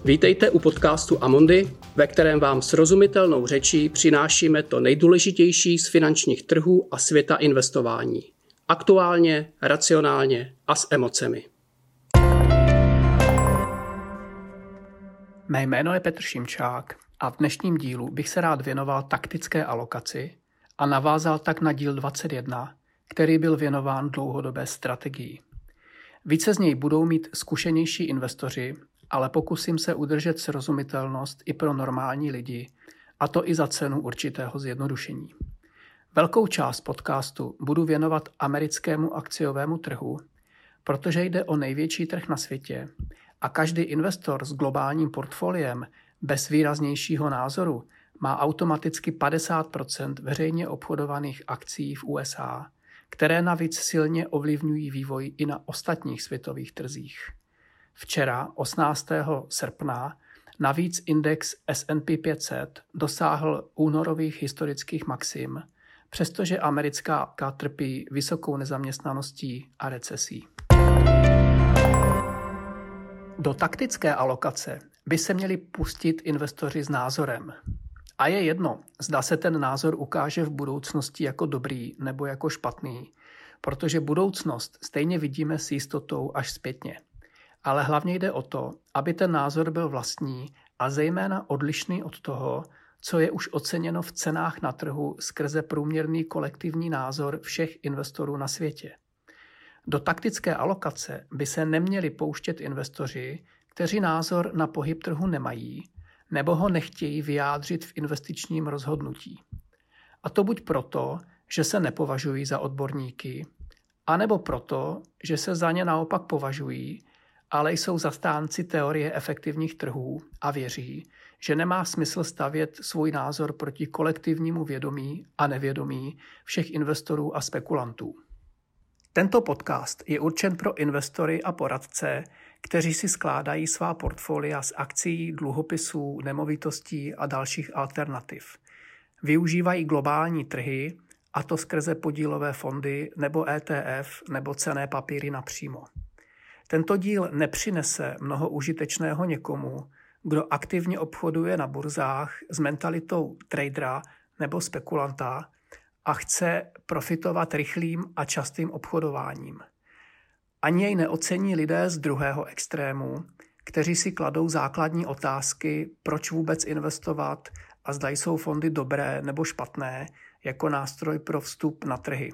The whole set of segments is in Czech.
Vítejte u podcastu Amundi, ve kterém vám srozumitelnou řečí přinášíme to nejdůležitější z finančních trhů a světa investování. Aktuálně, racionálně a s emocemi. Mé jméno je Petr Šimčák a v dnešním dílu bych se rád věnoval taktické alokaci a navázal tak na díl 21, který byl věnován dlouhodobé strategii. Více z něj budou mít zkušenější investoři, ale pokusím se udržet srozumitelnost i pro normální lidi, a to i za cenu určitého zjednodušení. Velkou část podcastu budu věnovat americkému akciovému trhu, protože jde o největší trh na světě a každý investor s globálním portfoliem bez výraznějšího názoru má automaticky 50% veřejně obchodovaných akcí v USA, které navíc silně ovlivňují vývoj i na ostatních světových trzích. Včera, 18. srpna, navíc index S&P 500 dosáhl únorových historických maxim, přestože americká trpí vysokou nezaměstnaností a recesí. Do taktické alokace by se měli pustit investoři s názorem. A je jedno, zda se ten názor ukáže v budoucnosti jako dobrý nebo jako špatný, protože budoucnost stejně vidíme s jistotou až zpětně. Ale hlavně jde o to, aby ten názor byl vlastní a zejména odlišný od toho, co je už oceněno v cenách na trhu skrze průměrný kolektivní názor všech investorů na světě. Do taktické alokace by se neměli pouštět investoři, kteří názor na pohyb trhu nemají nebo ho nechtějí vyjádřit v investičním rozhodnutí. A to buď proto, že se nepovažují za odborníky, anebo proto, že se za ně naopak považují, ale jsou zastánci teorie efektivních trhů a věří, že nemá smysl stavět svůj názor proti kolektivnímu vědomí a nevědomí všech investorů a spekulantů. Tento podcast je určen pro investory a poradce, kteří si skládají svá portfolia z akcií, dluhopisů, nemovitostí a dalších alternativ. Využívají globální trhy, a to skrze podílové fondy nebo ETF nebo cenné papíry napřímo. Tento díl nepřinese mnoho užitečného někomu, kdo aktivně obchoduje na burzách s mentalitou tradera nebo spekulanta a chce profitovat rychlým a častým obchodováním. Ani jej neocení lidé z druhého extrému, kteří si kladou základní otázky, proč vůbec investovat a zda jsou fondy dobré nebo špatné jako nástroj pro vstup na trhy.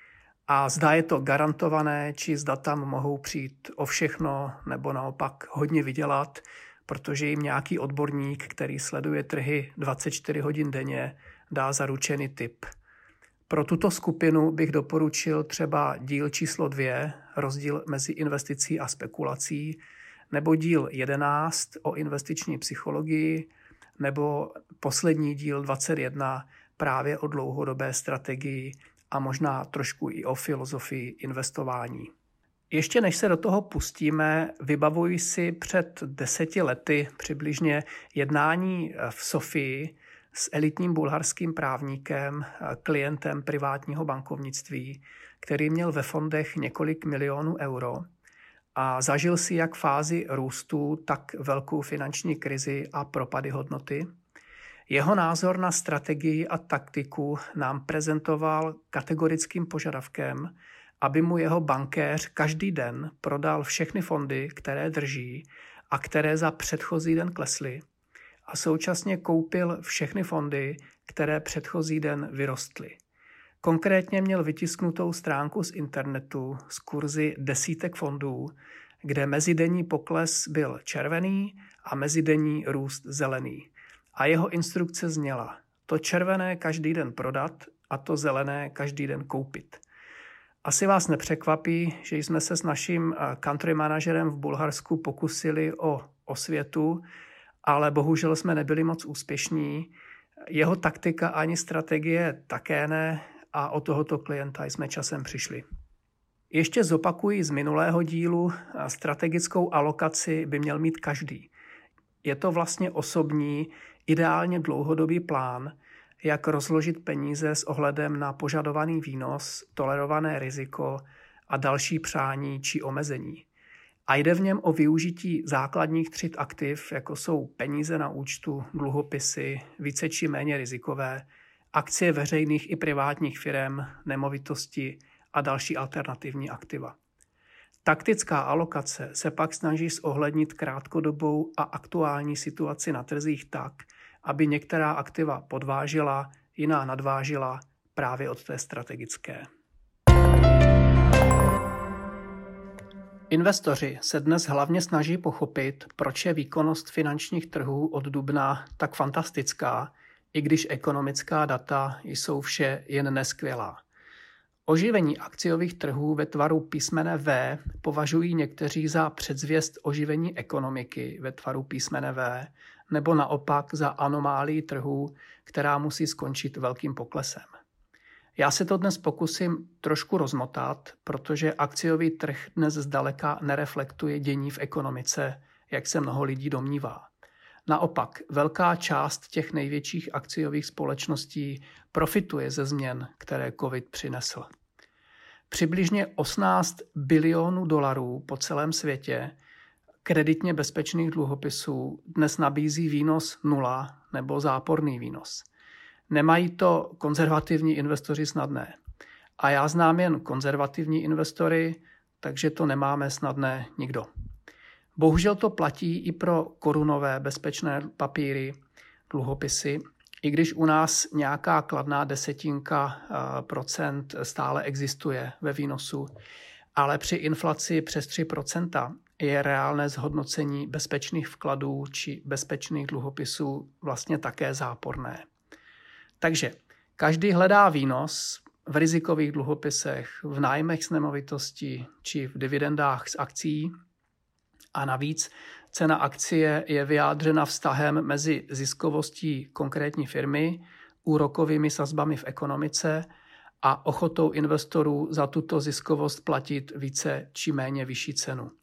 A zda je to garantované, či zda tam mohou přijít o všechno nebo naopak hodně vydělat, protože jim nějaký odborník, který sleduje trhy 24 hodin denně, dá zaručený tip. Pro tuto skupinu bych doporučil třeba díl číslo 2, rozdíl mezi investicí a spekulací, nebo díl 11 o investiční psychologii, nebo poslední díl 21 právě o dlouhodobé strategii a možná trošku i o filozofii investování. Ještě než se do toho pustíme, vybavuji si před 10 lety přibližně jednání v Sofii s elitním bulharským právníkem, klientem privátního bankovnictví, který měl ve fondech několik milionů euro a zažil si jak fázi růstu, tak velkou finanční krizi a propady hodnoty. Jeho názor na strategii a taktiku nám prezentoval kategorickým požadavkem, aby mu jeho bankéř každý den prodal všechny fondy, které drží a které za předchozí den klesly, a současně koupil všechny fondy, které předchozí den vyrostly. Konkrétně měl vytisknutou stránku z internetu s kurzy desítek fondů, kde mezidenní pokles byl červený a mezidenní růst zelený. A jeho instrukce zněla: to červené každý den prodat a to zelené každý den koupit. Asi vás nepřekvapí, že jsme se s naším country manažerem v Bulharsku pokusili o osvětu, ale bohužel jsme nebyli moc úspěšní. Jeho taktika ani strategie také ne a o tohoto klienta jsme časem přišli. Ještě zopakuji z minulého dílu, strategickou alokaci by měl mít každý. Je to vlastně osobní, ideálně dlouhodobý plán, jak rozložit peníze s ohledem na požadovaný výnos, tolerované riziko a další přání či omezení. A jde v něm o využití základních tříd aktiv, jako jsou peníze na účtu, dluhopisy, více či méně rizikové, akcie veřejných i privátních firem, nemovitosti a další alternativní aktiva. Taktická alokace se pak snaží zohlednit krátkodobou a aktuální situaci na trzích tak, aby některá aktiva podvážila, jiná nadvážila právě od té strategické. Investoři se dnes hlavně snaží pochopit, proč je výkonnost finančních trhů od dubna tak fantastická, i když ekonomická data jsou vše jen neskvělá. Oživení akciových trhů ve tvaru písmene V považují někteří za předzvěst oživení ekonomiky ve tvaru písmene V, nebo naopak za anomálii trhů, která musí skončit velkým poklesem. Já se to dnes pokusím trošku rozmotat, protože akciový trh dnes zdaleka nereflektuje dění v ekonomice, jak se mnoho lidí domnívá. Naopak, velká část těch největších akciových společností profituje ze změn, které COVID přinesl. Přibližně 18 bilionů dolarů po celém světě kreditně bezpečných dluhopisů dnes nabízí výnos 0 nebo záporný výnos. Nemají to konzervativní investoři snadné. A já znám jen konzervativní investory, takže to nemáme snadné nikdo. Bohužel to platí i pro korunové bezpečné papíry, dluhopisy, i když u nás nějaká kladná desetinka procent stále existuje ve výnosu, ale při inflaci přes 3% je reálné zhodnocení bezpečných vkladů či bezpečných dluhopisů vlastně také záporné. Takže každý hledá výnos v rizikových dluhopisech, v nájmech z nemovitosti či v dividendách z akcií a navíc cena akcie je vyjádřena vztahem mezi ziskovostí konkrétní firmy, úrokovými sazbami v ekonomice a ochotou investorů za tuto ziskovost platit více či méně vyšší cenu.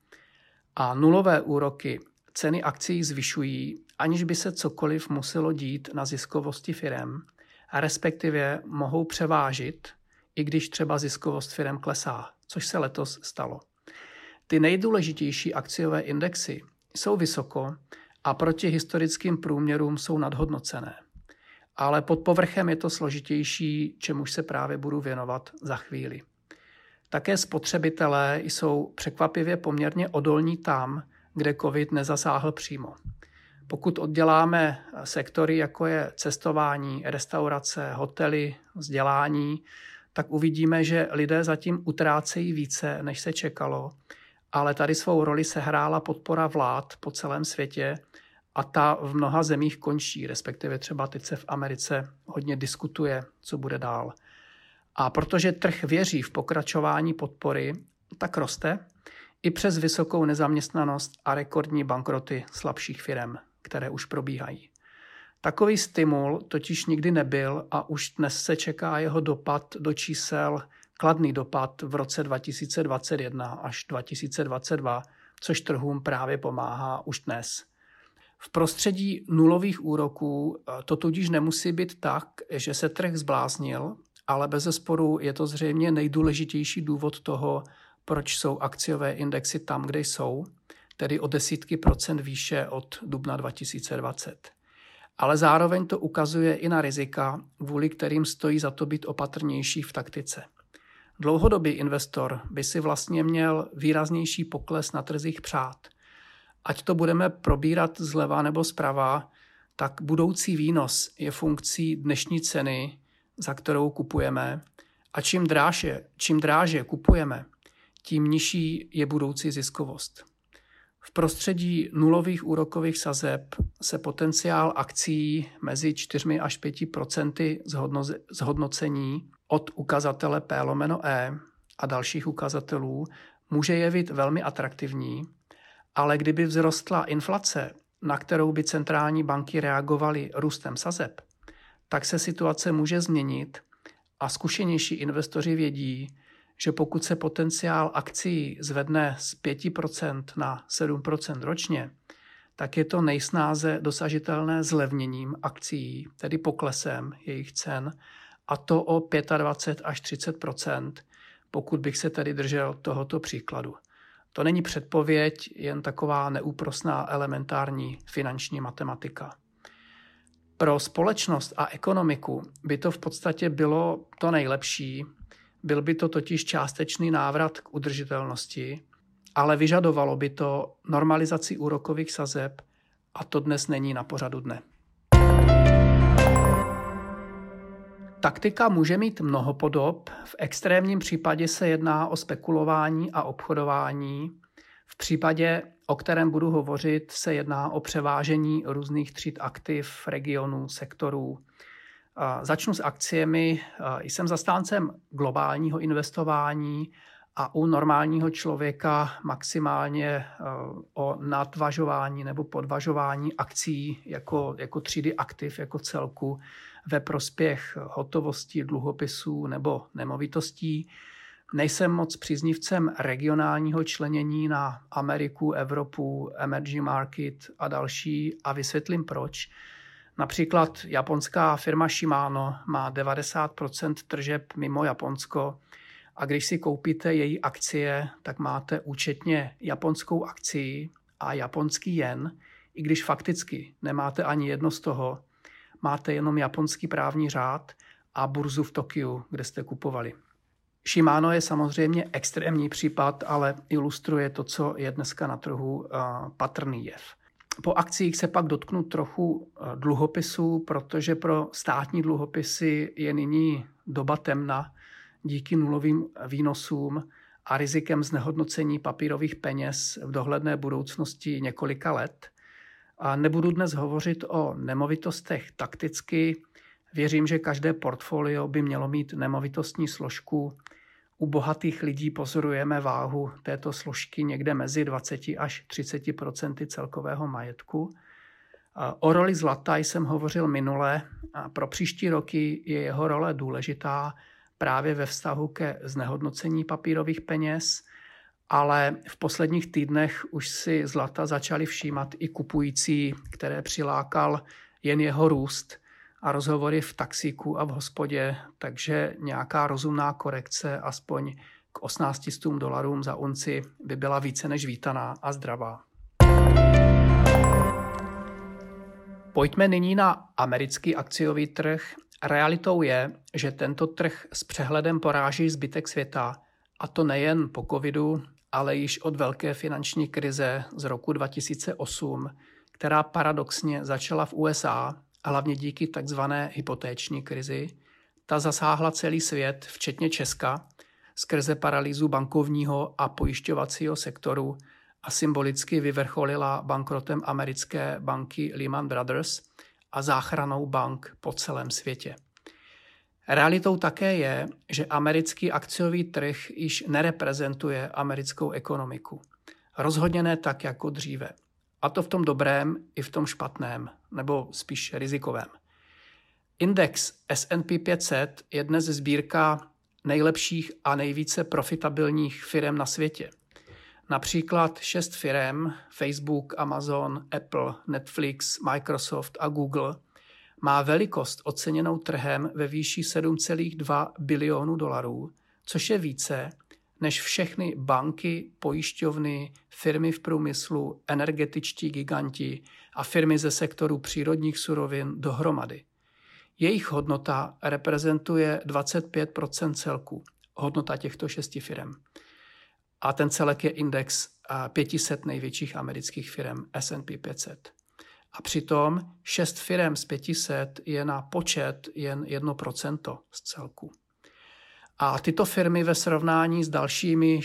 A nulové úroky ceny akcií zvyšují, aniž by se cokoliv muselo dít na ziskovosti firem, a respektive mohou převážit, i když třeba ziskovost firem klesá, což se letos stalo. Ty nejdůležitější akciové indexy jsou vysoko a proti historickým průměrům jsou nadhodnocené. Ale pod povrchem je to složitější, čemuž se právě budu věnovat za chvíli. Také spotřebitelé jsou překvapivě poměrně odolní tam, kde COVID nezasáhl přímo. Pokud odděláme sektory, jako je cestování, restaurace, hotely, vzdělání, tak uvidíme, že lidé zatím utrácejí více, než se čekalo, ale tady svou roli sehrála podpora vlád po celém světě a ta v mnoha zemích končí, respektive třeba teď se v Americe hodně diskutuje, co bude dál. A protože trh věří v pokračování podpory, tak roste i přes vysokou nezaměstnanost a rekordní bankroty slabších firem, které už probíhají. Takový stimul totiž nikdy nebyl a už dnes se čeká jeho dopad do čísel, kladný dopad v roce 2021 až 2022, což trhům právě pomáhá už dnes. V prostředí nulových úroků to tudíž nemusí být tak, že se trh zbláznil, ale bezesporu je to zřejmě nejdůležitější důvod toho, proč jsou akciové indexy tam, kde jsou, tedy o desítky procent výše od dubna 2020. Ale zároveň to ukazuje i na rizika, kvůli kterým stojí za to být opatrnější v taktice. Dlouhodobý investor by si vlastně měl výraznější pokles na trzích přát. Ať to budeme probírat zleva nebo zprava, tak budoucí výnos je funkcí dnešní ceny, za kterou kupujeme, a čím dráže kupujeme, tím nižší je budoucí ziskovost. V prostředí nulových úrokových sazeb se potenciál akcií mezi 4 až 5% zhodnocení od ukazatele P/E a dalších ukazatelů může jevit velmi atraktivní, ale kdyby vzrostla inflace, na kterou by centrální banky reagovaly růstem sazeb, tak se situace může změnit a zkušenější investoři vědí, že pokud se potenciál akcií zvedne z 5% na 7% ročně, tak je to nejsnáze dosažitelné zlevněním akcií, tedy poklesem jejich cen, a to o 25 až 30%, pokud bych se tedy držel tohoto příkladu. To není předpověď, jen taková neúprosná elementární finanční matematika. Pro společnost a ekonomiku by to v podstatě bylo to nejlepší, byl by to totiž částečný návrat k udržitelnosti, ale vyžadovalo by to normalizaci úrokových sazeb a to dnes není na pořadu dne. Taktika může mít mnoho podob, v extrémním případě se jedná o spekulování a obchodování, v případě, o kterém budu hovořit, se jedná o převážení různých tříd aktiv, regionů, sektorů. Začnu s akciemi. Jsem zastáncem globálního investování a u normálního člověka maximálně o nadvažování nebo podvažování akcí jako třídy aktiv, jako celku ve prospěch hotovosti, dluhopisů nebo nemovitostí. Nejsem moc příznivcem regionálního členění na Ameriku, Evropu, emerging market a další a vysvětlím proč. Například japonská firma Shimano má 90% tržeb mimo Japonsko a když si koupíte její akcie, tak máte účetně japonskou akcii a japonský jen, i když fakticky nemáte ani jedno z toho, máte jenom japonský právní řád a burzu v Tokiu, kde jste kupovali. Shimano je samozřejmě extrémní případ, ale ilustruje to, co je dneska na trhu patrný jev. Po akcích se pak dotknu trochu dluhopisů, protože pro státní dluhopisy je nyní doba temna díky nulovým výnosům a rizikem znehodnocení papírových peněz v dohledné budoucnosti několika let. A nebudu dnes hovořit o nemovitostech takticky. Věřím, že každé portfolio by mělo mít nemovitostní složku. U bohatých lidí pozorujeme váhu této složky někde mezi 20 až 30% celkového majetku. O roli zlata jsem hovořil minule. A pro příští roky je jeho role důležitá právě ve vztahu ke znehodnocení papírových peněz, ale v posledních týdnech už si zlata začali všímat i kupující, které přilákal jen jeho růst a rozhovory v taxíku a v hospodě, takže nějaká rozumná korekce aspoň k $18 za unci by byla více než vítaná a zdravá. Pojďme nyní na americký akciový trh. Realitou je, že tento trh s přehledem poráží zbytek světa, a to nejen po covidu, ale již od velké finanční krize z roku 2008, která paradoxně začala v USA, hlavně díky takzvané hypotéční krizi. Ta zasáhla celý svět, včetně Česka, skrze paralýzu bankovního a pojišťovacího sektoru a symbolicky vyvrcholila bankrotem americké banky Lehman Brothers a záchranou bank po celém světě. Realitou také je, že americký akciový trh již nereprezentuje americkou ekonomiku. Rozhodně ne tak jako dříve. A to v tom dobrém i v tom špatném, nebo spíš rizikovém. Index S&P 500 je dnes sbírka nejlepších a nejvíce profitabilních firem na světě. Například 6 firem, Facebook, Amazon, Apple, Netflix, Microsoft a Google, má velikost oceněnou trhem ve výši $7,2 bilionu, což je více než všechny banky, pojišťovny, firmy v průmyslu, energetičtí giganti a firmy ze sektoru přírodních surovin dohromady. Jejich hodnota reprezentuje 25% celku, hodnota těchto 6 firem. A ten celek je index 500 největších amerických firm S&P 500. A přitom 6 firem z 500 je na počet jen 1% z celku. A tyto firmy ve srovnání s dalšími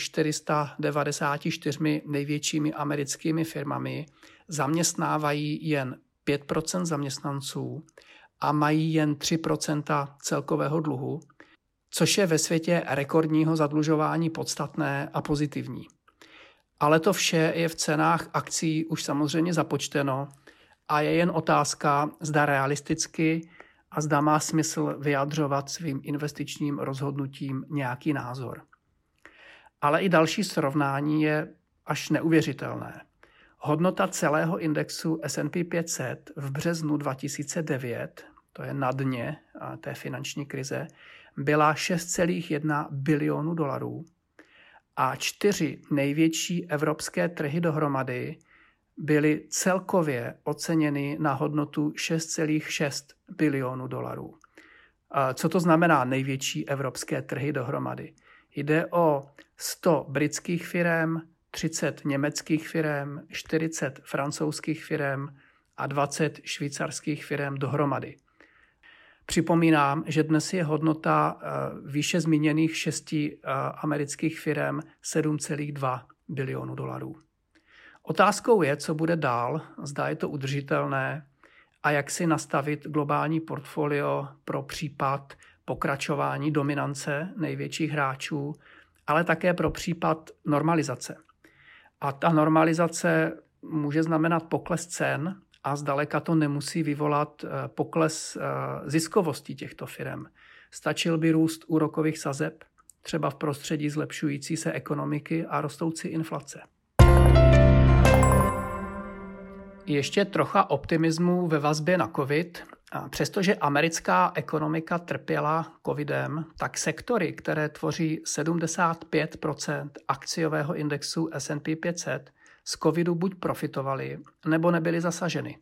494 největšími americkými firmami zaměstnávají jen 5% zaměstnanců a mají jen 3% celkového dluhu, což je ve světě rekordního zadlužování podstatné a pozitivní. Ale to vše je v cenách akcií už samozřejmě započteno a je jen otázka, zda realisticky a zda má smysl vyjadřovat svým investičním rozhodnutím nějaký názor. Ale i další srovnání je až neuvěřitelné. Hodnota celého indexu S&P 500 v březnu 2009, to je na dně té finanční krize, byla $6,1 bilionu a 4 největší evropské trhy dohromady byly celkově oceněny na hodnotu 6,6 bilionů dolarů. Co to znamená největší evropské trhy dohromady? Jde o 100 britských firem, 30 německých firem, 40 francouzských firem a 20 švýcarských firem dohromady. Připomínám, že dnes je hodnota výše zmíněných 6 amerických firem 7,2 bilionů dolarů. Otázkou je, co bude dál, zda je to udržitelné a jak si nastavit globální portfolio pro případ pokračování dominance největších hráčů, ale také pro případ normalizace. A ta normalizace může znamenat pokles cen a zdaleka to nemusí vyvolat pokles ziskovosti těchto firm. Stačil by růst úrokových sazeb, třeba v prostředí zlepšující se ekonomiky a rostoucí inflace. Ještě trocha optimismu ve vazbě na COVID. Přestože americká ekonomika trpěla covidem, tak sektory, které tvoří 75% akciového indexu S&P 500, z covidu buď profitovaly, nebo nebyly zasaženy.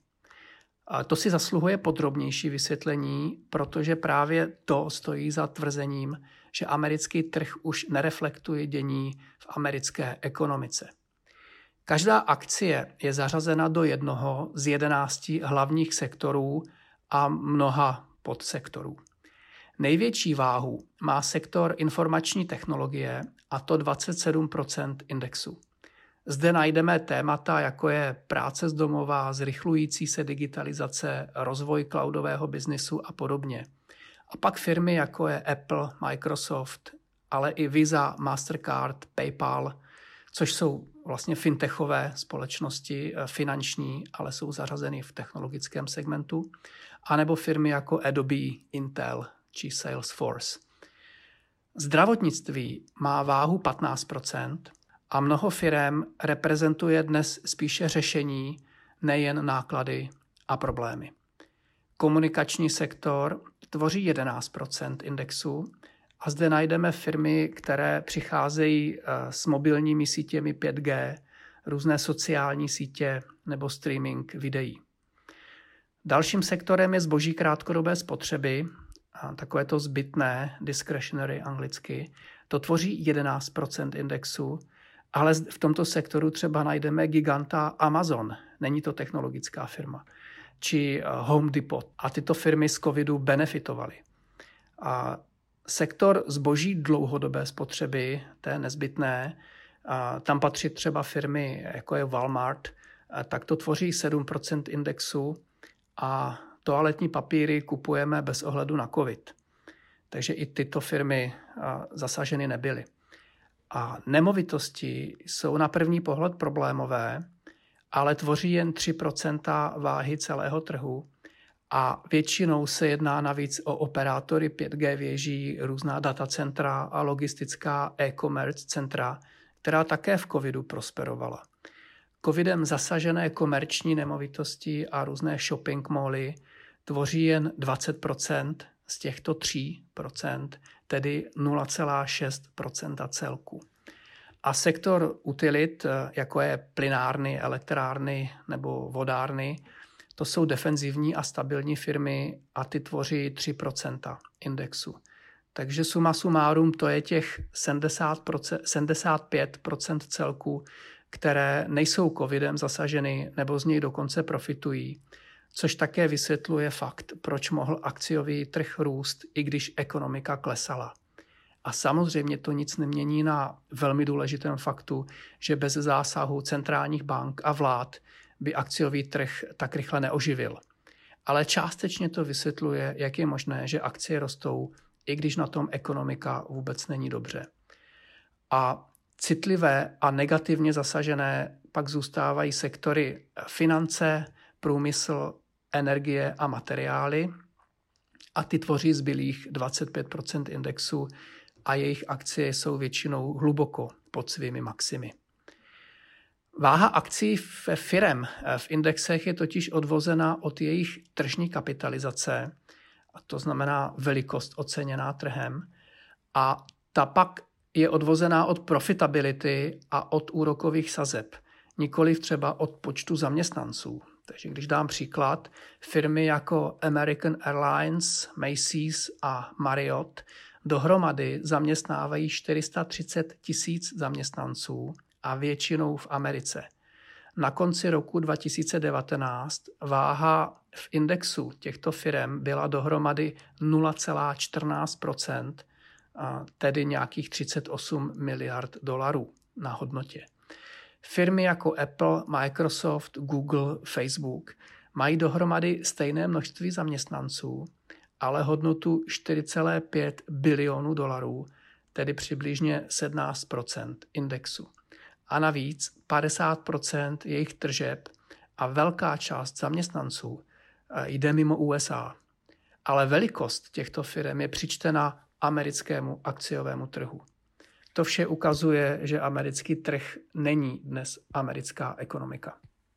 A to si zasluhuje podrobnější vysvětlení, protože právě to stojí za tvrzením, že americký trh už nereflektuje dění v americké ekonomice. Každá akcie je zařazena do jednoho z 11 hlavních sektorů a mnoha podsektorů. Největší váhu má sektor informační technologie, a to 27% indexu. Zde najdeme témata, jako je práce z domova, zrychlující se digitalizace, rozvoj cloudového biznisu a podobně. A pak firmy, jako je Apple, Microsoft, ale i Visa, Mastercard, PayPal, což jsou vlastně fintechové společnosti, finanční, ale jsou zařazeny v technologickém segmentu, anebo firmy jako Adobe, Intel či Salesforce. Zdravotnictví má váhu 15% a mnoho firem reprezentuje dnes spíše řešení, nejen náklady a problémy. Komunikační sektor tvoří 11% indexu a zde najdeme firmy, které přicházejí s mobilními sítěmi 5G, různé sociální sítě nebo streaming videí. Dalším sektorem je zboží krátkodobé spotřeby, a takové to zbytné, discretionary anglicky. To tvoří 11% indexu, ale v tomto sektoru třeba najdeme giganta Amazon, není to technologická firma, či Home Depot. A tyto firmy z covidu benefitovaly. A sektor zboží dlouhodobé spotřeby, to je nezbytné, tam patří třeba firmy, jako je Walmart, tak to tvoří 7% indexu a toaletní papíry kupujeme bez ohledu na covid. Takže i tyto firmy zasaženy nebyly. A nemovitosti jsou na první pohled problémové, ale tvoří jen 3% váhy celého trhu a většinou se jedná navíc o operátory 5G věží, různá datacentra a logistická e-commerce centra, která také v covidu prosperovala. Covidem zasažené komerční nemovitosti a různé shopping mally tvoří jen 20% z těchto 3%, tedy 0,6% celku. A sektor utilit, jako je plynárny, elektrárny nebo vodárny, to jsou defenzivní a stabilní firmy a ty tvoří 3% indexu. Takže suma sumárum to je těch 75% celku, které nejsou covidem zasaženy nebo z něj dokonce profitují, což také vysvětluje fakt, proč mohl akciový trh růst, i když ekonomika klesala. A samozřejmě to nic nemění na velmi důležitém faktu, že bez zásahu centrálních bank a vlád by akciový trh tak rychle neoživil. Ale částečně to vysvětluje, jak je možné, že akcie rostou, i když na tom ekonomika vůbec není dobře. A citlivé a negativně zasažené pak zůstávají sektory finance, průmysl, energie a materiály a ty tvoří zbylých 25% indexu a jejich akcie jsou většinou hluboko pod svými maximy. Váha akcií firem v indexech je totiž odvozena od jejich tržní kapitalizace, a to znamená velikost oceněná trhem, a ta pak je odvozená od profitability a od úrokových sazeb, nikoliv třeba od počtu zaměstnanců. Takže když dám příklad, firmy jako American Airlines, Macy's a Marriott dohromady zaměstnávají 430 000 zaměstnanců a většinou v Americe. Na konci roku 2019 váha v indexu těchto firm byla dohromady 0,14%, tedy nějakých 38 miliard dolarů na hodnotě. Firmy jako Apple, Microsoft, Google, Facebook mají dohromady stejné množství zaměstnanců, ale hodnotu 4,5 bilionů dolarů, tedy přibližně 17% indexu. A navíc 50% jejich tržeb a velká část zaměstnanců jde mimo USA. Ale velikost těchto firm je přičtena americkému akciovému trhu. To vše ukazuje, že americký trh není dnes americká ekonomika.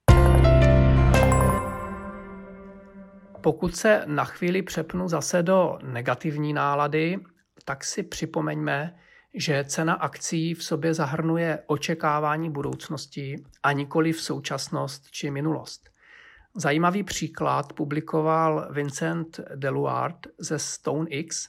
Pokud se na chvíli přepnu zase do negativní nálady, tak si připomeňme, že cena akcií v sobě zahrnuje očekávání budoucnosti a nikoli v současnost či minulost. Zajímavý příklad publikoval Vincent Deluard ze StoneX.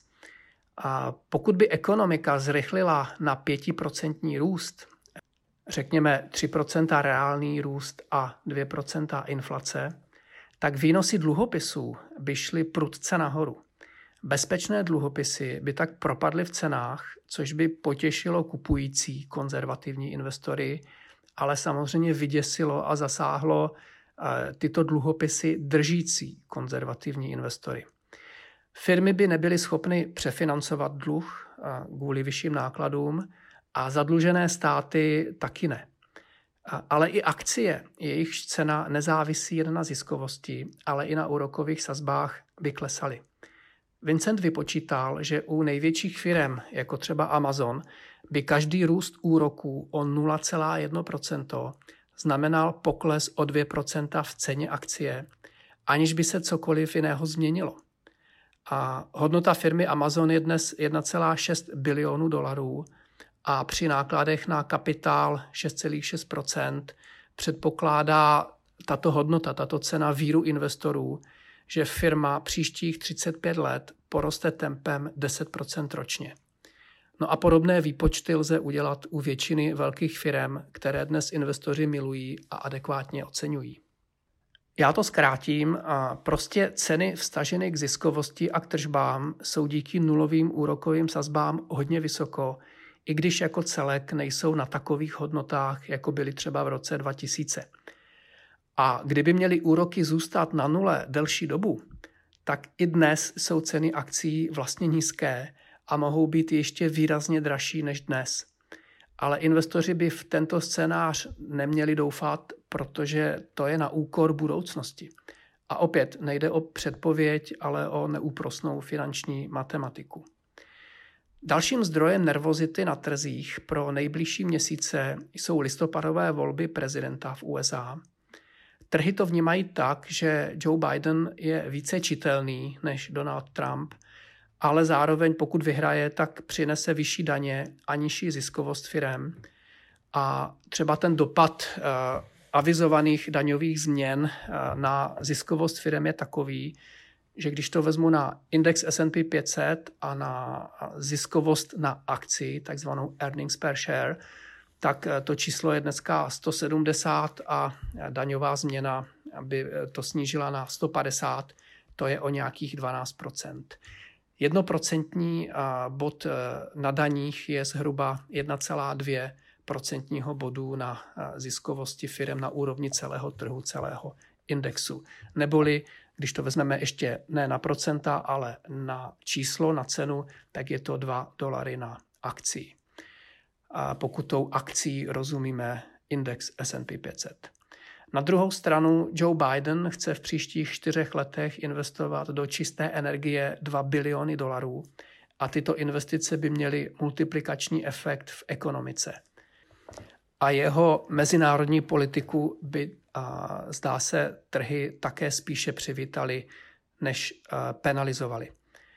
A pokud by ekonomika zrychlila na 5% růst, řekněme 3% reálný růst a 2% inflace, tak výnosy dluhopisů by šly prudce nahoru. Bezpečné dluhopisy by tak propadly v cenách, což by potěšilo kupující konzervativní investory, ale samozřejmě vyděsilo a zasáhlo tyto dluhopisy držící konzervativní investory. Firmy by nebyly schopny přefinancovat dluh kvůli vyšším nákladům a zadlužené státy taky ne. Ale i akcie, jejichž cena nezávisí jen na ziskovosti, ale i na úrokových sazbách, by klesaly. Vincent vypočítal, že u největších firem, jako třeba Amazon, by každý růst úroků o 0,1% znamenal pokles o 2% v ceně akcie, aniž by se cokoliv jiného změnilo. A hodnota firmy Amazon je dnes 1,6 bilionů dolarů a při nákladech na kapitál 6,6% předpokládá tato hodnota, tato cena víru investorů, že firma příštích 35 let poroste tempem 10% ročně. No a podobné výpočty lze udělat u většiny velkých firem, které dnes investoři milují a adekvátně oceňují. Já to zkrátím. Prostě ceny vztaženy k ziskovosti a k tržbám jsou díky nulovým úrokovým sazbám hodně vysoko, i když jako celek nejsou na takových hodnotách, jako byly třeba v roce 2000. A kdyby měly úroky zůstat na nule delší dobu, tak i dnes jsou ceny akcií vlastně nízké a mohou být ještě výrazně dražší než dnes. Ale investoři by v tento scénář neměli doufat, protože to je na úkor budoucnosti. A opět nejde o předpověď, ale o neúprosnou finanční matematiku. Dalším zdrojem nervozity na trzích pro nejbližší měsíce jsou listopadové volby prezidenta v USA. Trhy to vnímají tak, že Joe Biden je více čitelný než Donald Trump, ale zároveň pokud vyhraje, tak přinese vyšší daně a nižší ziskovost firem. A třeba ten dopad avizovaných daňových změn na ziskovost firem je takový, že když to vezmu na index S&P 500 a na ziskovost na akci, takzvanou earnings per share, tak to číslo je dneska 170 a daňová změna by to snížila na 150, to je o nějakých 12%. 1% bod na daních je zhruba 1,2% bodu na ziskovosti firem na úrovni celého trhu, celého indexu. Neboli, když to vezmeme ještě ne na procenta, ale na číslo, na cenu, tak je to $2 na akcii. A pokud tou akcí rozumíme index S&P 500. Na druhou stranu Joe Biden chce v příštích 4 letech investovat do čisté energie $2 biliony a tyto investice by měly multiplikační efekt v ekonomice. A jeho mezinárodní politiku by, zdá se, trhy také spíše přivítali, než penalizovali.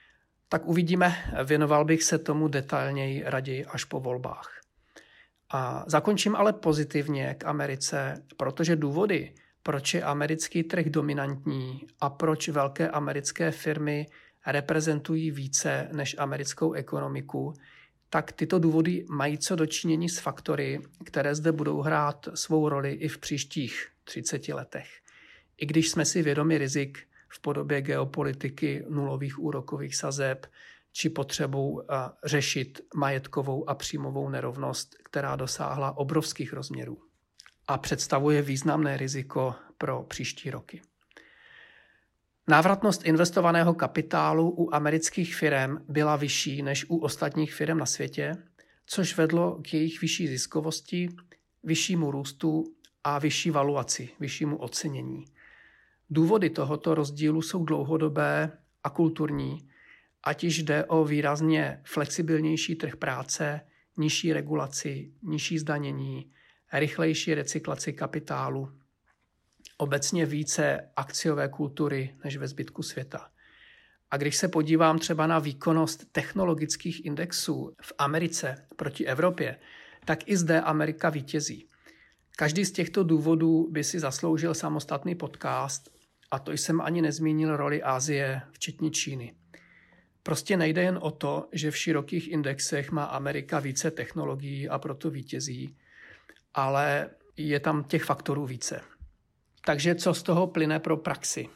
Tak uvidíme, věnoval bych se tomu detailněji raději až po volbách. A zakončím ale pozitivně k Americe, protože důvody, proč je americký trh dominantní a proč velké americké firmy reprezentují více než americkou ekonomiku, tak tyto důvody mají co dočinění s faktory, které zde budou hrát svou roli i v příštích 30 letech. I když jsme si vědomi rizik v podobě geopolitiky, nulových úrokových sazeb či potřebou řešit majetkovou a příjmovou nerovnost, která dosáhla obrovských rozměrů a představuje významné riziko pro příští roky. Návratnost investovaného kapitálu u amerických firem byla vyšší než u ostatních firem na světě, což vedlo k jejich vyšší ziskovosti, vyššímu růstu a vyšší valuaci, vyššímu ocenění. Důvody tohoto rozdílu jsou dlouhodobé a kulturní, ať již jde o výrazně flexibilnější trh práce, nižší regulaci, nižší zdanění, rychlejší recyklaci kapitálu, obecně více akciové kultury než ve zbytku světa. A když se podívám třeba na výkonnost technologických indexů v Americe proti Evropě, tak i zde Amerika vítězí. Každý z těchto důvodů by si zasloužil samostatný podcast, a to jsem ani nezmínil roli Asie, včetně Číny. Prostě nejde jen o to, že v širokých indexech má Amerika více technologií a proto vítězí, ale je tam těch faktorů více. Takže co z toho plyne pro praxi?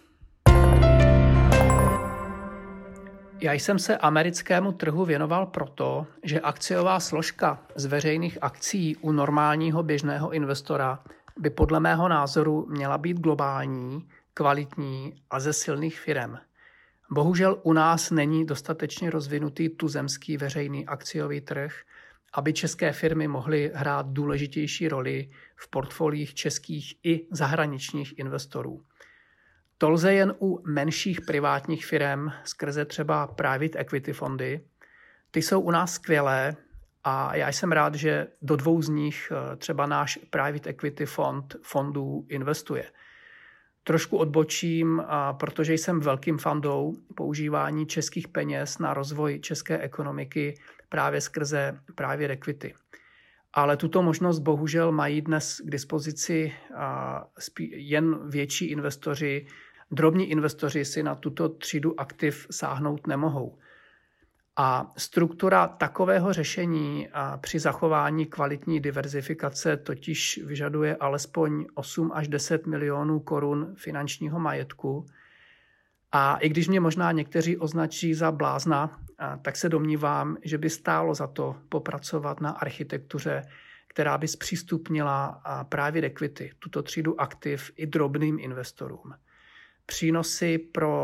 Já jsem se americkému trhu věnoval proto, že akciová složka z veřejných akcí u normálního běžného investora by podle mého názoru měla být globální, kvalitní a ze silných firem. Bohužel u nás není dostatečně rozvinutý tuzemský veřejný akciový trh, aby české firmy mohly hrát důležitější roli v portfoliích českých i zahraničních investorů. To lze jen u menších privátních firem skrze třeba private equity fondy. Ty jsou u nás skvělé a já jsem rád, že do 2 z nich třeba náš private equity fondů investuje. Trošku odbočím, protože jsem velkým fandou používání českých peněz na rozvoj české ekonomiky právě skrze private equity. Ale tuto možnost bohužel mají dnes k dispozici jen větší investoři. Drobní investoři si na tuto třídu aktiv sáhnout nemohou. A struktura takového řešení při zachování kvalitní diverzifikace totiž vyžaduje alespoň 8 až 10 milionů korun finančního majetku. A i když mě možná někteří označí za blázna, tak se domnívám, že by stálo za to popracovat na architektuře, která by zpřístupnila private equity, tuto třídu aktiv i drobným investorům. Přínosy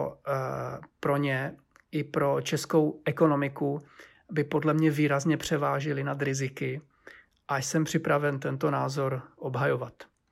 pro ně i pro českou ekonomiku by podle mě výrazně převážily nad riziky a jsem připraven tento názor obhajovat.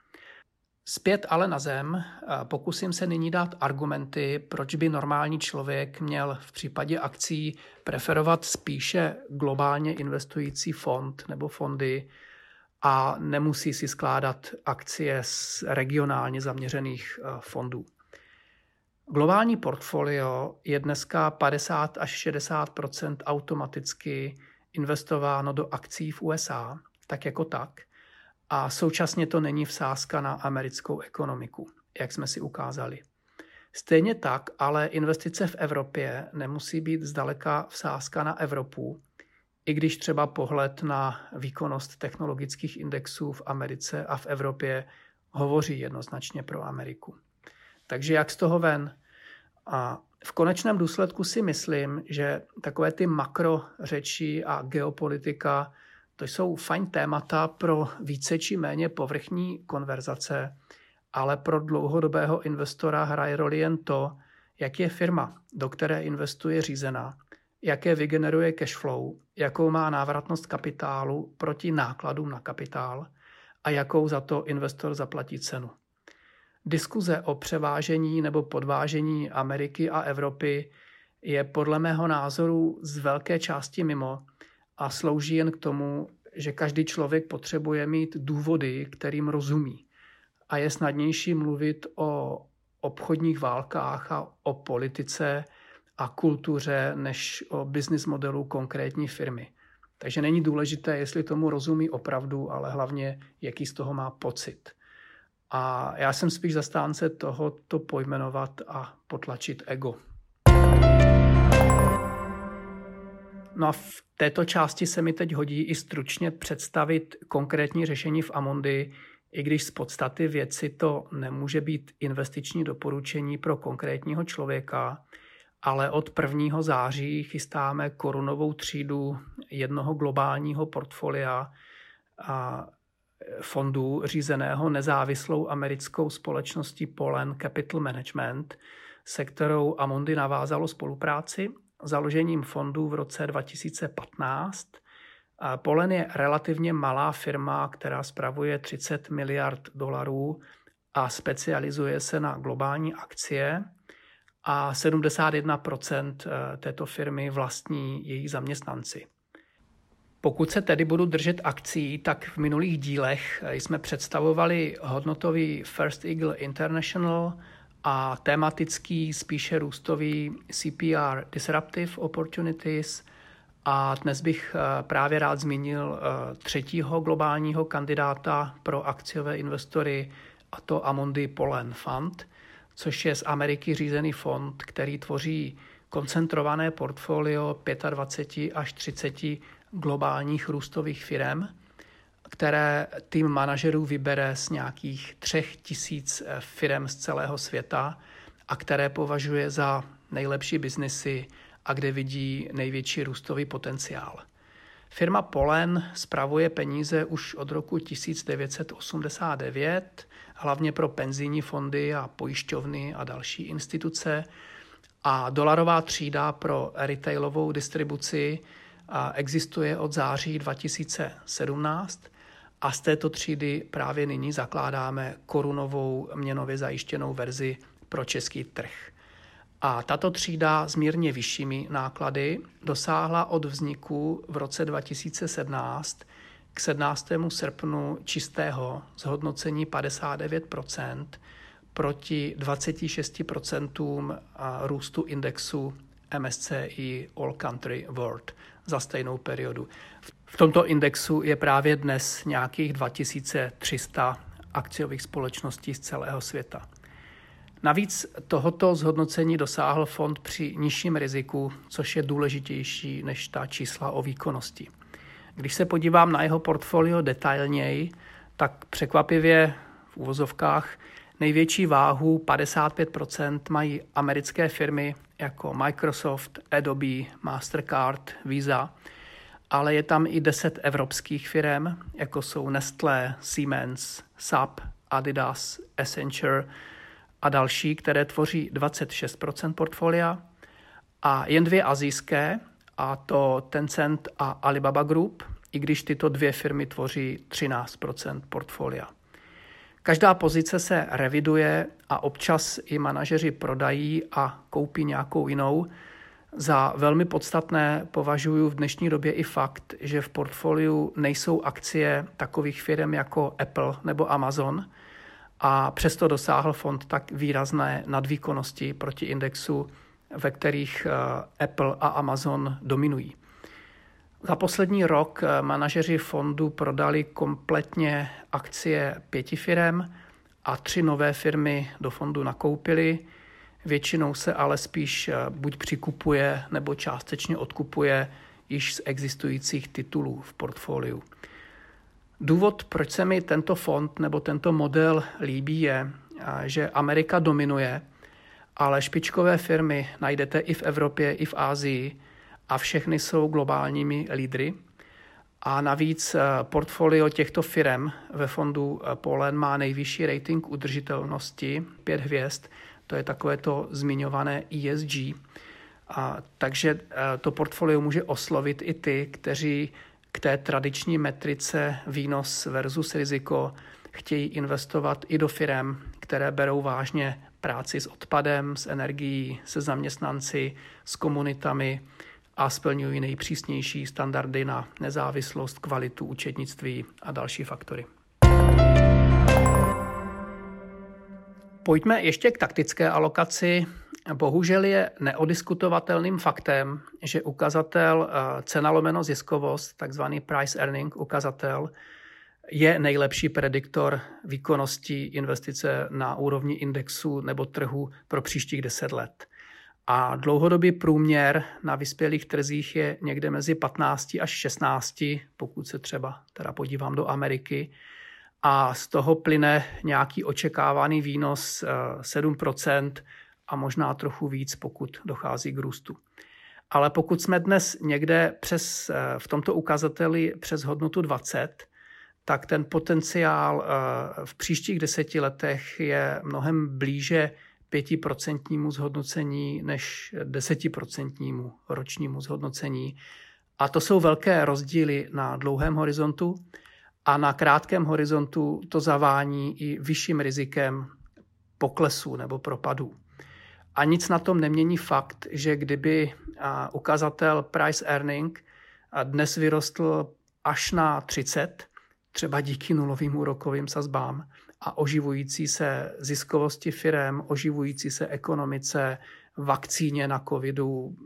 Zpět ale na zem, pokusím se nyní dát argumenty, proč by normální člověk měl v případě akcí preferovat spíše globálně investující fond nebo fondy a nemusí si skládat akcie z regionálně zaměřených fondů. Globální portfolio je dneska 50 až 60% automaticky investováno do akcí v USA, tak jako tak, a současně to není vsázka na americkou ekonomiku, jak jsme si ukázali. Stejně tak, ale investice v Evropě nemusí být zdaleka vsázka na Evropu, i když třeba pohled na výkonnost technologických indexů v Americe a v Evropě hovoří jednoznačně pro Ameriku. Takže jak z toho ven? A v konečném důsledku si myslím, že takové ty makrořeči a geopolitika, to jsou fajn témata pro více či méně povrchní konverzace, ale pro dlouhodobého investora hraje roli jen to, jak je firma, do které investuje, řízená, jaké vygeneruje cash flow, jakou má návratnost kapitálu proti nákladům na kapitál a jakou za to investor zaplatí cenu. Diskuze o převážení nebo podvážení Ameriky a Evropy je podle mého názoru z velké části mimo a slouží jen k tomu, že každý člověk potřebuje mít důvody, kterým rozumí. A je snadnější mluvit o obchodních válkách a o politice a kultuře než o business modelu konkrétní firmy. Takže není důležité, jestli tomu rozumí opravdu, ale hlavně, jaký z toho má pocit. A já jsem spíš zastánce tohoto pojmenovat a potlačit ego. No a v této části se mi teď hodí i stručně představit konkrétní řešení v Amundi, i když z podstaty věci to nemůže být investiční doporučení pro konkrétního člověka, ale od 1. září chystáme korunovou třídu jednoho globálního portfolia a fondů řízeného nezávislou americkou společností Pollen Capital Management, se kterou Amundi navázalo spolupráci založením fondu v roce 2015. Pollen je relativně malá firma, která spravuje $30 miliard a specializuje se na globální akcie a 71% této firmy vlastní její zaměstnanci. Pokud se tedy budu držet akcí, tak v minulých dílech jsme představovali hodnotový First Eagle International a tematický, spíše růstový CPR Disruptive Opportunities. A dnes bych právě rád zmínil třetího globálního kandidáta pro akciové investory, a to Amundi Pollen Fund, což je z Ameriky řízený fond, který tvoří koncentrované portfolio 25 až 30 globálních růstových firem, které tým manažerů vybere z nějakých 3000 firem z celého světa a které považuje za nejlepší biznesy a kde vidí největší růstový potenciál. Firma Pollen spravuje peníze už od roku 1989, hlavně pro penzijní fondy a pojišťovny a další instituce. A dolarová třída pro retailovou distribuci existuje od září 2017 a z této třídy právě nyní zakládáme korunovou měnově zajištěnou verzi pro český trh. A tato třída s mírně vyššími náklady dosáhla od vzniku v roce 2017 k 17. srpnu čistého zhodnocení 59% proti 26% růstu indexu MSCI All Country World za stejnou periodu. V tomto indexu je právě dnes nějakých 2300 akciových společností z celého světa. Navíc tohoto zhodnocení dosáhl fond při nižším riziku, což je důležitější než ta čísla o výkonnosti. Když se podívám na jeho portfolio detailněji, tak překvapivě v uvozovkách největší váhu 55% mají americké firmy jako Microsoft, Adobe, Mastercard, Visa, ale je tam i 10 evropských firm, jako jsou Nestlé, Siemens, SAP, Adidas, Accenture a další, které tvoří 26% portfolia, a jen 2 asijské, a to Tencent a Alibaba Group, i když tyto 2 firmy tvoří 13% portfolia. Každá pozice se reviduje a občas i manažeři prodají a koupí nějakou jinou. Za velmi podstatné považuji v dnešní době i fakt, že v portfoliu nejsou akcie takových firm jako Apple nebo Amazon, a přesto dosáhl fond tak výrazné nadvýkonnosti proti indexu, ve kterých Apple a Amazon dominují. Za poslední rok manažeři fondu prodali kompletně akcie 5 firem a 3 nové firmy do fondu nakoupili. Většinou se ale spíš buď přikupuje nebo částečně odkupuje již z existujících titulů v portfoliu. Důvod, proč se mi tento fond nebo tento model líbí, je, že Amerika dominuje, ale špičkové firmy najdete i v Evropě, i v Asii a všechny jsou globálními lídry. A navíc portfolio těchto firem ve fondu Pollen má nejvyšší rating udržitelnosti, 5 hvězd, to je takové to zmiňované ESG. Takže to portfolio může oslovit i ty, kteří k té tradiční metrice výnos versus riziko chtějí investovat i do firem, které berou vážně práci s odpadem, s energií, se zaměstnanci, s komunitami a splňují nejpřísnější standardy na nezávislost, kvalitu účetnictví a další faktory. Pojďme ještě k taktické alokaci. Bohužel je neodiskutovatelným faktem, že ukazatel cena lomeno ziskovost, takzvaný price earning ukazatel, je nejlepší prediktor výkonnosti investice na úrovni indexu nebo trhu pro příštích 10 let. A dlouhodobý průměr na vyspělých trzích je někde mezi 15 až 16, pokud se třeba podívám do Ameriky. A z toho plyne nějaký očekávaný výnos 7% a možná trochu víc, pokud dochází k růstu. Ale pokud jsme dnes někde v tomto ukazateli přes hodnotu 20, tak ten potenciál v příštích 10 letech je mnohem blíže 5% zhodnocení než 10% ročnímu zhodnocení. A to jsou velké rozdíly na dlouhém horizontu a na krátkém horizontu to zavání i vyšším rizikem poklesu nebo propadu. A nic na tom nemění fakt, že kdyby ukazatel price earning dnes vyrostl až na 30, třeba díky nulovým úrokovým sazbám a oživující se ziskovosti firem, oživující se ekonomice, vakcíně na covidu,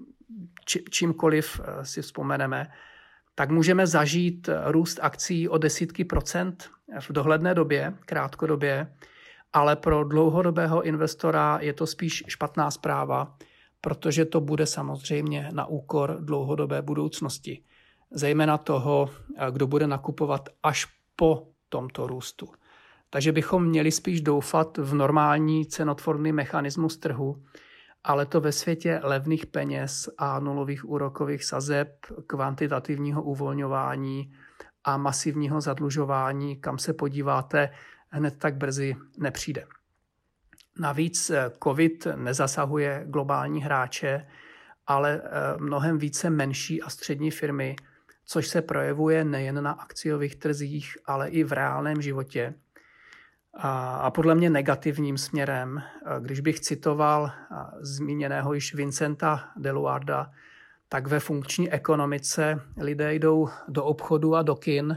čímkoliv si vzpomeneme, tak můžeme zažít růst akcí o desítky procent v dohledné době, krátkodobě, ale pro dlouhodobého investora je to spíš špatná zpráva, protože to bude samozřejmě na úkor dlouhodobé budoucnosti. Zejména toho, kdo bude nakupovat až po tomto růstu. Takže bychom měli spíš doufat v normální cenotvorný mechanismus trhu, ale to ve světě levných peněz a nulových úrokových sazeb, kvantitativního uvolňování a masivního zadlužování, kam se podíváte, hned tak brzy nepřijde. Navíc COVID nezasahuje globální hráče, ale mnohem více menší a střední firmy, což se projevuje nejen na akciových trzích, ale i v reálném životě. A podle mě negativním směrem, když bych citoval zmíněného již Vincenta Deluarda, tak ve funkční ekonomice lidé jdou do obchodu a do kin,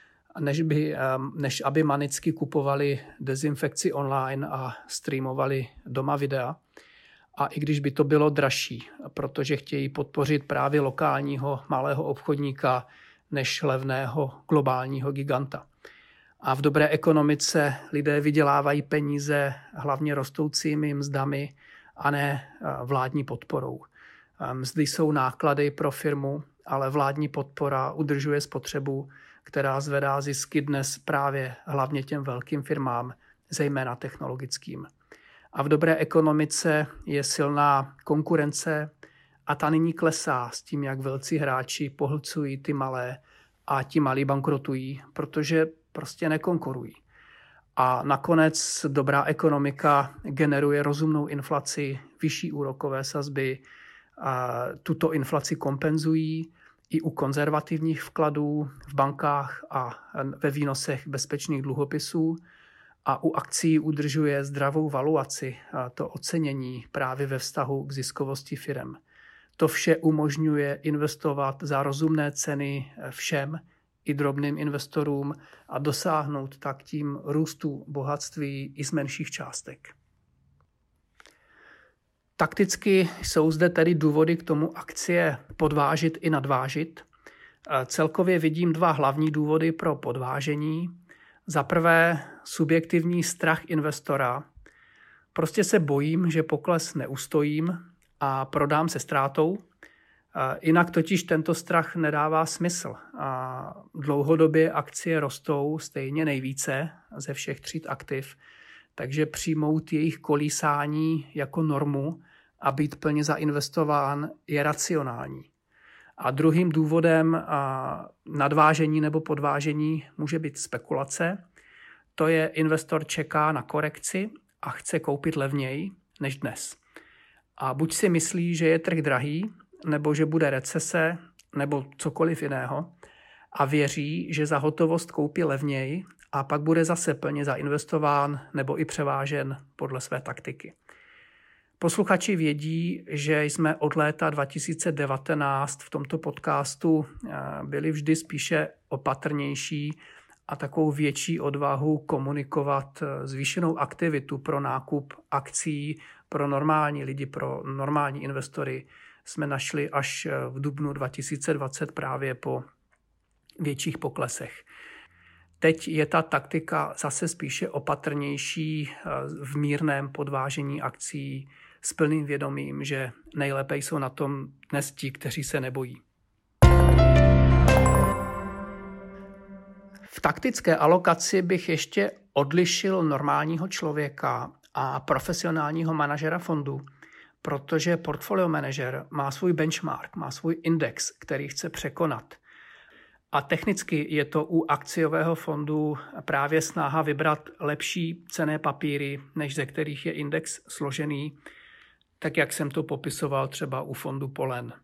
než aby manicky kupovali dezinfekci online a streamovali doma videa. A i když by to bylo dražší, protože chtějí podpořit právě lokálního malého obchodníka než levného globálního giganta. A v dobré ekonomice lidé vydělávají peníze hlavně rostoucími mzdami a ne vládní podporou. Mzdy jsou náklady pro firmu, ale vládní podpora udržuje spotřebu, která zvedá zisky dnes právě hlavně těm velkým firmám, zejména technologickým. A v dobré ekonomice je silná konkurence a ta nyní klesá s tím, jak velcí hráči pohlcují ty malé a ti malí bankrotují, protože prostě nekonkurují. A nakonec dobrá ekonomika generuje rozumnou inflaci, vyšší úrokové sazby, a tuto inflaci kompenzují i u konzervativních vkladů v bankách a ve výnosech bezpečných dluhopisů a u akcí udržuje zdravou valuaci, to ocenění právě ve vztahu k ziskovosti firem. To vše umožňuje investovat za rozumné ceny všem, i drobným investorům a dosáhnout tak tím růstu bohatství i z menších částek. Takticky jsou zde tedy důvody k tomu akcie podvážit i nadvážit. Celkově vidím dva hlavní důvody pro podvážení. Za prvé subjektivní strach investora. Prostě se bojím, že pokles neustojím a prodám se ztrátou. Jinak totiž tento strach nedává smysl. Dlouhodobě akcie rostou stejně nejvíce ze všech tříd aktiv, takže přijmout jejich kolísání jako normu a být plně zainvestován je racionální. A druhým důvodem nadvážení nebo podvážení může být spekulace. To je investor čeká na korekci a chce koupit levněji než dnes. A buď si myslí, že je trh drahý, nebo že bude recese, nebo cokoliv jiného a věří, že za hotovost koupí levněji a pak bude zase plně zainvestován nebo i převážen podle své taktiky. Posluchači vědí, že jsme od léta 2019 v tomto podcastu byli vždy spíše opatrnější a takovou větší odvahu komunikovat zvýšenou aktivitu pro nákup akcí pro normální lidi, pro normální investory jsme našli až v dubnu 2020 právě po větších poklesech. Teď je ta taktika zase spíše opatrnější v mírném podvážení akcí s plným vědomím, že nejlépe jsou na tom dnes ti, kteří se nebojí. V taktické alokaci bych ještě odlišil normálního člověka a profesionálního manažera fondu, protože portfolio manažer má svůj benchmark, má svůj index, který chce překonat. A technicky je to u akciového fondu právě snaha vybrat lepší cenné papíry, než ze kterých je index složený, tak jak jsem to popisoval třeba u fondu Polen.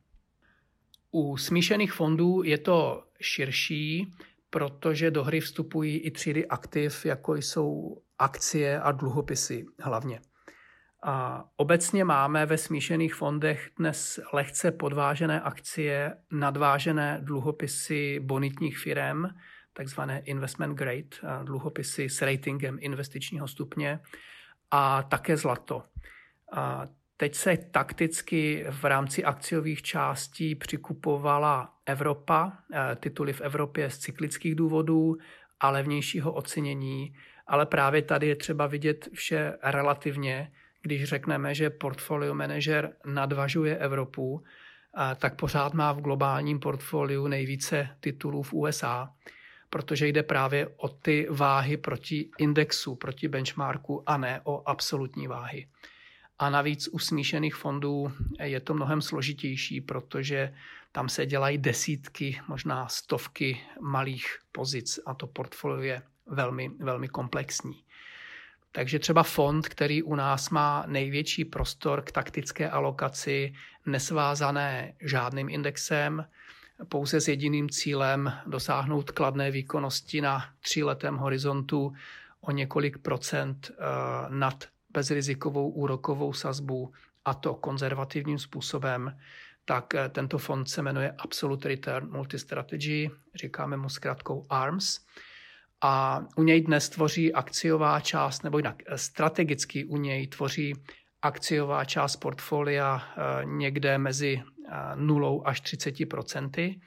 U smíšených fondů je to širší, protože do hry vstupují i třídy aktiv, jako jsou akcie a dluhopisy hlavně. A obecně máme ve smíšených fondech dnes lehce podvážené akcie, nadvážené dluhopisy bonitních firem, takzvané investment grade, dluhopisy s ratingem investičního stupně a také zlato. A teď se takticky v rámci akciových částí přikupovala Evropa, tituly v Evropě z cyklických důvodů a levnějšího ocenění, ale právě tady je třeba vidět vše relativně. Když řekneme, že portfolio manažer nadvažuje Evropu, tak pořád má v globálním portfoliu nejvíce titulů v USA, protože jde právě o ty váhy proti indexu, proti benchmarku a ne o absolutní váhy. A navíc u smíšených fondů je to mnohem složitější, protože tam se dělají desítky, možná stovky malých pozic a to portfolio je velmi, velmi komplexní. Takže třeba fond, který u nás má největší prostor k taktické alokaci, nesvázané žádným indexem, pouze s jediným cílem dosáhnout kladné výkonnosti na 3letém horizontu o několik procent nad bezrizikovou úrokovou sazbu, a to konzervativním způsobem, tak tento fond se jmenuje Absolute Return Multi-Strategy, říkáme mu zkratkou ARMS. A u něj dnes tvoří akciová část, nebo jinak strategicky u něj tvoří akciová část portfolia někde mezi 0 až 30%.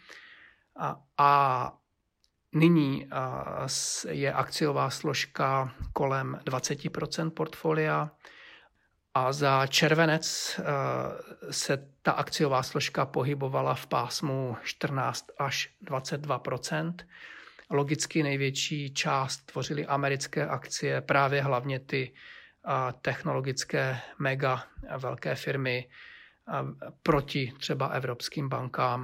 A nyní je akciová složka kolem 20% portfolia a za červenec se ta akciová složka pohybovala v pásmu 14 až 22%. Logicky největší část tvořily americké akcie, právě hlavně ty technologické mega velké firmy proti třeba evropským bankám.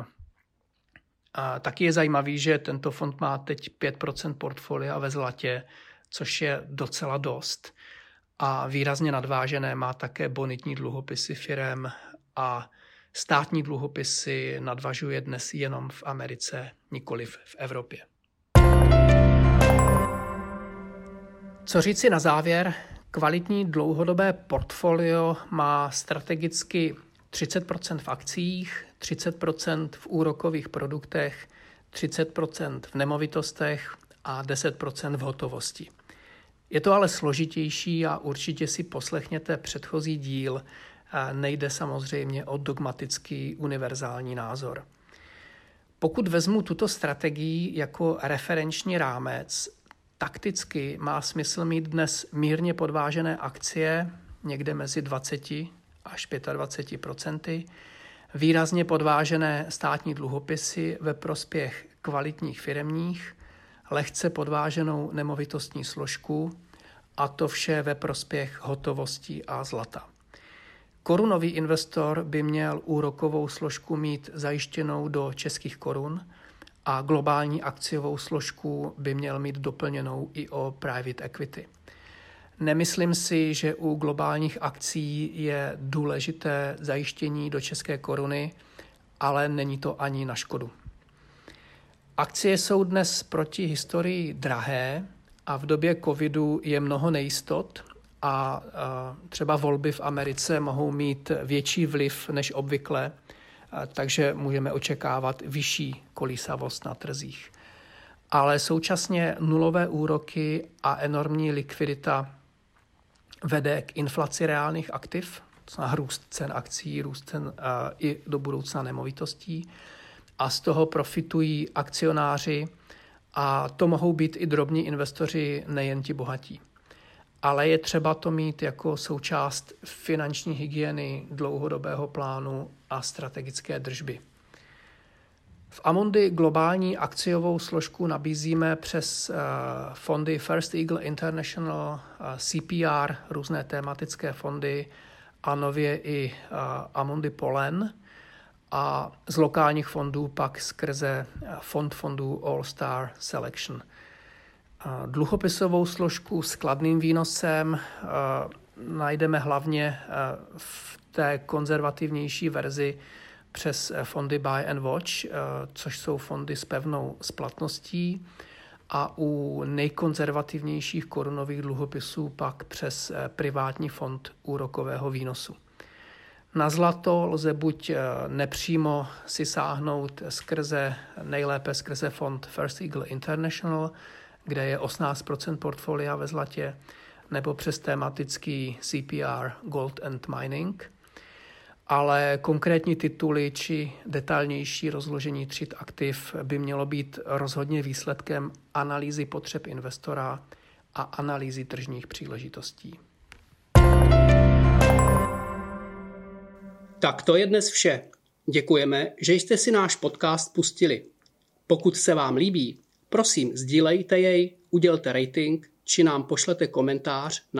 Taky je zajímavý, že tento fond má teď 5% portfolia ve zlatě, což je docela dost. A výrazně nadvážené má také bonitní dluhopisy firem a státní dluhopisy nadvažuje dnes jenom v Americe, nikoliv v Evropě. Co říci na závěr? Kvalitní dlouhodobé portfolio má strategicky 30% v akcích, 30% v úrokových produktech, 30% v nemovitostech a 10% v hotovosti. Je to ale složitější a určitě si poslechněte předchozí díl. Nejde samozřejmě o dogmatický univerzální názor. Pokud vezmu tuto strategii jako referenční rámec, takticky má smysl mít dnes mírně podvážené akcie, někde mezi 20 až 25%, výrazně podvážené státní dluhopisy ve prospěch kvalitních firemních, lehce podváženou nemovitostní složku a to vše ve prospěch hotovostí a zlata. Korunový investor by měl úrokovou složku mít zajištěnou do českých korun a globální akciovou složku by měl mít doplněnou i o private equity. Nemyslím si, že u globálních akcí je důležité zajištění do české koruny, ale není to ani na škodu. Akcie jsou dnes proti historii drahé a v době covidu je mnoho nejistot a třeba volby v Americe mohou mít větší vliv než obvykle, takže můžeme očekávat vyšší kolísavost na trzích. Ale současně nulové úroky a enormní likvidita vede k inflaci reálných aktiv to znamená růst cen akcií, růst cen i do budoucna nemovitostí a z toho profitují akcionáři a to mohou být i drobní investoři, nejen ti bohatí. Ale je třeba to mít jako součást finanční hygieny, dlouhodobého plánu a strategické držby. V Amundi globální akciovou složku nabízíme přes fondy First Eagle International, CPR, různé tematické fondy a nově i Amundi Polen a z lokálních fondů pak skrze fond fondů All Star Selection. Dluhopisovou složku s kladným výnosem najdeme hlavně v té konzervativnější verzi přes fondy Buy and Watch, což jsou fondy s pevnou splatností a u nejkonzervativnějších korunových dluhopisů pak přes privátní fond úrokového výnosu. Na zlato lze buď nepřímo si sáhnout nejlépe skrze fond First Eagle International, kde je 18% portfolia ve zlatě, nebo přes tematický CPR Gold and Mining. Ale konkrétní tituly či detailnější rozložení tříd aktiv by mělo být rozhodně výsledkem analýzy potřeb investora a analýzy tržních příležitostí. Tak to je dnes vše. Děkujeme, že jste si náš podcast pustili. Pokud se vám líbí, prosím sdílejte jej, udělte rating či nám pošlete komentář na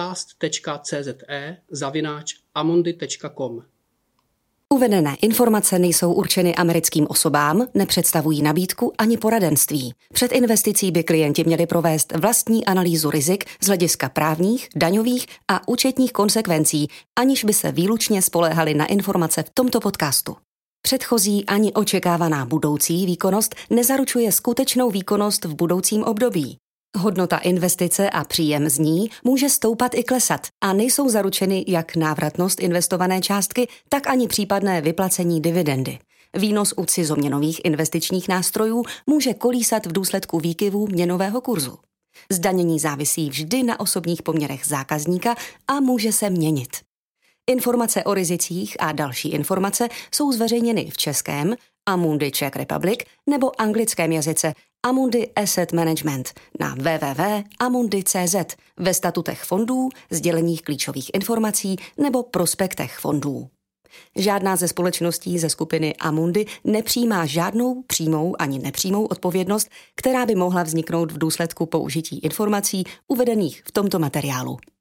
podcast.cze@amundi.com. Uvedené informace nejsou určeny americkým osobám, nepředstavují nabídku ani poradenství. Před investicí by klienti měli provést vlastní analýzu rizik z hlediska právních, daňových a účetních konsekvencí, aniž by se výlučně spoléhali na informace v tomto podcastu. Předchozí ani očekávaná budoucí výkonnost nezaručuje skutečnou výkonnost v budoucím období. Hodnota investice a příjem z ní může stoupat i klesat a nejsou zaručeny jak návratnost investované částky, tak ani případné vyplacení dividendy. Výnos u cizoměnových investičních nástrojů může kolísat v důsledku výkyvů měnového kurzu. Zdanění závisí vždy na osobních poměrech zákazníka a může se měnit. Informace o rizicích a další informace jsou zveřejněny v českém Amundi Czech Republic nebo anglickém jazyce Amundi Asset Management na www.amundi.cz, ve statutech fondů, sděleních klíčových informací nebo prospektech fondů. Žádná ze společností ze skupiny Amundi nepřijímá žádnou přímou ani nepřímou odpovědnost, která by mohla vzniknout v důsledku použití informací uvedených v tomto materiálu.